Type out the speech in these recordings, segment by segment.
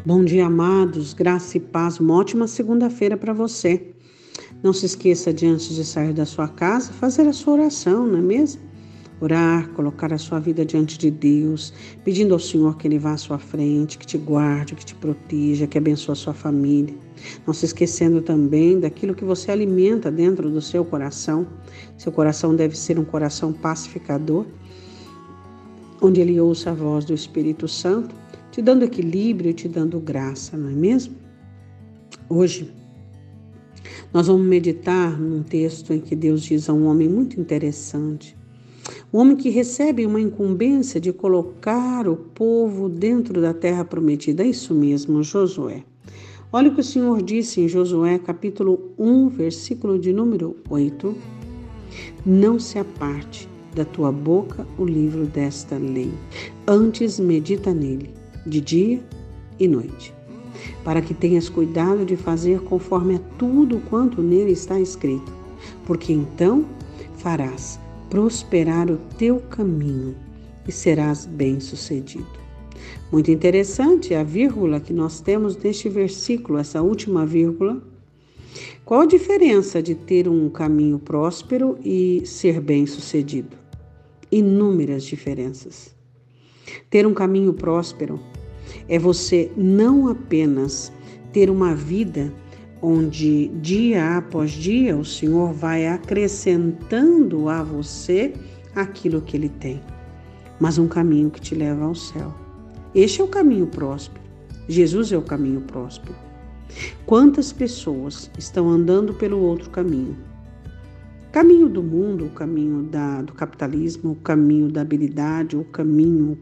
Bom dia, amados, graça e paz, uma ótima segunda-feira para você. Não se esqueça de, antes de sair da sua casa, fazer a sua oração, não é mesmo? Orar, colocar a sua vida diante de Deus, pedindo ao Senhor que Ele vá à sua frente, que te guarde, que te proteja, que abençoe a sua família. Não se esquecendo também daquilo que você alimenta dentro do seu coração. Seu coração deve ser um coração pacificador, onde ele ouça a voz do Espírito Santo, te dando equilíbrio e te dando graça, não é mesmo? Hoje, nós vamos meditar num texto em que Deus diz a um homem muito interessante. Um homem que recebe uma incumbência de colocar o povo dentro da terra prometida. É isso mesmo, Josué. Olha o que o Senhor disse em Josué, capítulo 1, versículo de número 8. Não se aparte da tua boca o livro desta lei. Antes medita nele, de dia e noite, para que tenhas cuidado de fazer conforme a tudo quanto nele está escrito, porque então farás prosperar o teu caminho e serás bem-sucedido. Muito interessante a vírgula que nós temos neste versículo, essa última vírgula. Qual a diferença de ter um caminho próspero e ser bem-sucedido? Inúmeras diferenças. Ter um caminho próspero é você não apenas ter uma vida onde dia após dia o Senhor vai acrescentando a você aquilo que Ele tem, mas um caminho que te leva ao céu. Este é o caminho próspero. Jesus é o caminho próspero. Quantas pessoas estão andando pelo outro caminho? Caminho do mundo, o caminho do capitalismo, o caminho da habilidade, o caminho.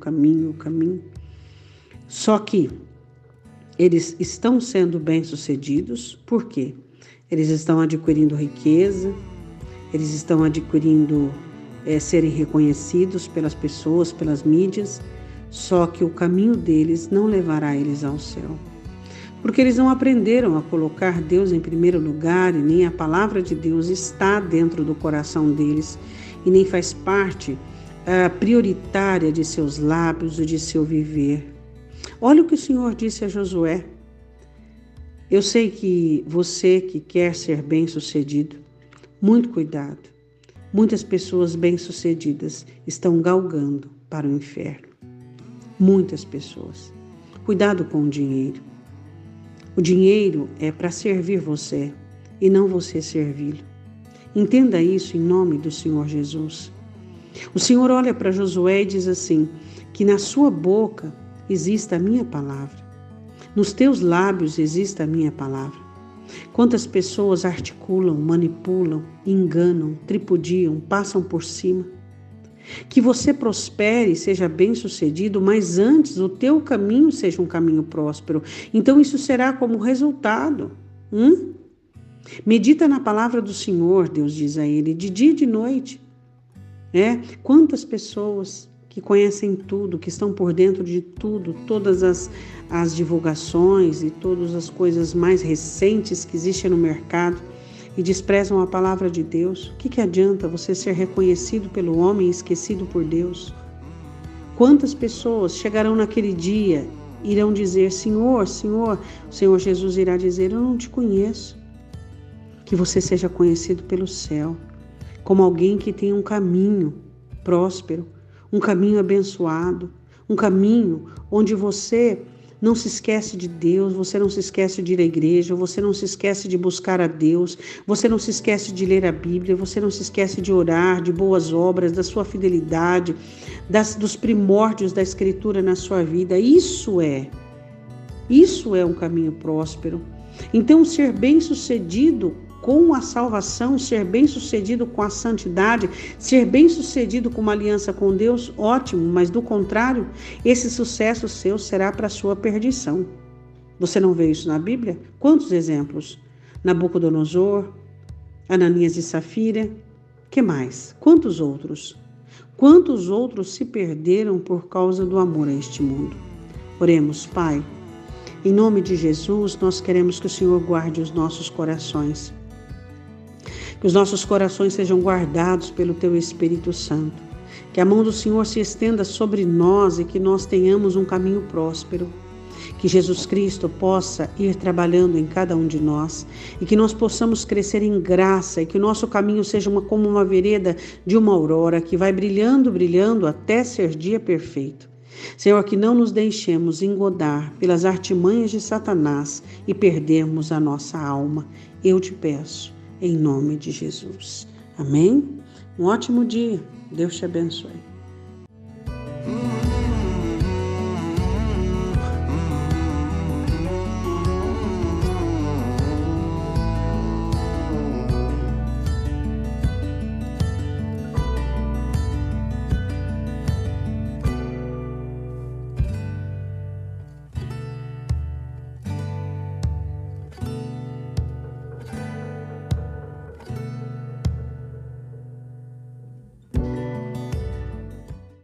Só que eles estão sendo bem-sucedidos, por quê? Eles estão adquirindo riqueza, eles estão adquirindo serem reconhecidos pelas pessoas, pelas mídias, só que o caminho deles não levará eles ao céu. Porque eles não aprenderam a colocar Deus em primeiro lugar e nem a palavra de Deus está dentro do coração deles e nem faz parte prioritária de seus lábios e de seu viver. Olha o que o Senhor disse a Josué. Eu sei que você que quer ser bem-sucedido, muito cuidado. Muitas pessoas bem-sucedidas estão galgando para o inferno. Muitas pessoas. Cuidado com o dinheiro. O dinheiro é para servir você e não você servi-lo. Entenda isso em nome do Senhor Jesus. O Senhor olha para Josué e diz assim, que na sua boca exista a minha palavra, nos teus lábios exista a minha palavra. Quantas pessoas articulam, manipulam, enganam, tripudiam, passam por cima. Que você prospere, seja bem-sucedido, mas antes o teu caminho seja um caminho próspero. Então isso será como resultado. Medita na palavra do Senhor, Deus diz a ele, de dia e de noite. Quantas pessoas que conhecem tudo, que estão por dentro de tudo, todas as divulgações e todas as coisas mais recentes que existem no mercado, e desprezam a palavra de Deus. O que adianta você ser reconhecido pelo homem e esquecido por Deus? Quantas pessoas chegarão naquele dia e irão dizer, Senhor, Senhor, o Senhor Jesus irá dizer, eu não te conheço. Que você seja conhecido pelo céu, como alguém que tem um caminho próspero, um caminho abençoado, um caminho onde você não se esquece de Deus, você não se esquece de ir à igreja, você não se esquece de buscar a Deus, você não se esquece de ler a Bíblia, você não se esquece de orar, de boas obras, da sua fidelidade, dos primórdios da Escritura na sua vida. Isso é um caminho próspero. Então, ser bem-sucedido com a salvação, ser bem-sucedido com a santidade, ser bem-sucedido com uma aliança com Deus, ótimo, mas do contrário, esse sucesso seu será para a sua perdição. Você não vê isso na Bíblia? Quantos exemplos? Nabucodonosor, Ananias e Safira, que mais? Quantos outros? Quantos outros se perderam por causa do amor a este mundo? Oremos, Pai. Em nome de Jesus, nós queremos que o Senhor guarde os nossos corações. Que os nossos corações sejam guardados pelo Teu Espírito Santo. Que a mão do Senhor se estenda sobre nós e que nós tenhamos um caminho próspero. Que Jesus Cristo possa ir trabalhando em cada um de nós e que nós possamos crescer em graça e que o nosso caminho seja como uma vereda de uma aurora que vai brilhando, brilhando até ser dia perfeito. Senhor, que não nos deixemos engodar pelas artimanhas de Satanás e perdermos a nossa alma. Eu te peço, em nome de Jesus. Amém? Um ótimo dia. Deus te abençoe.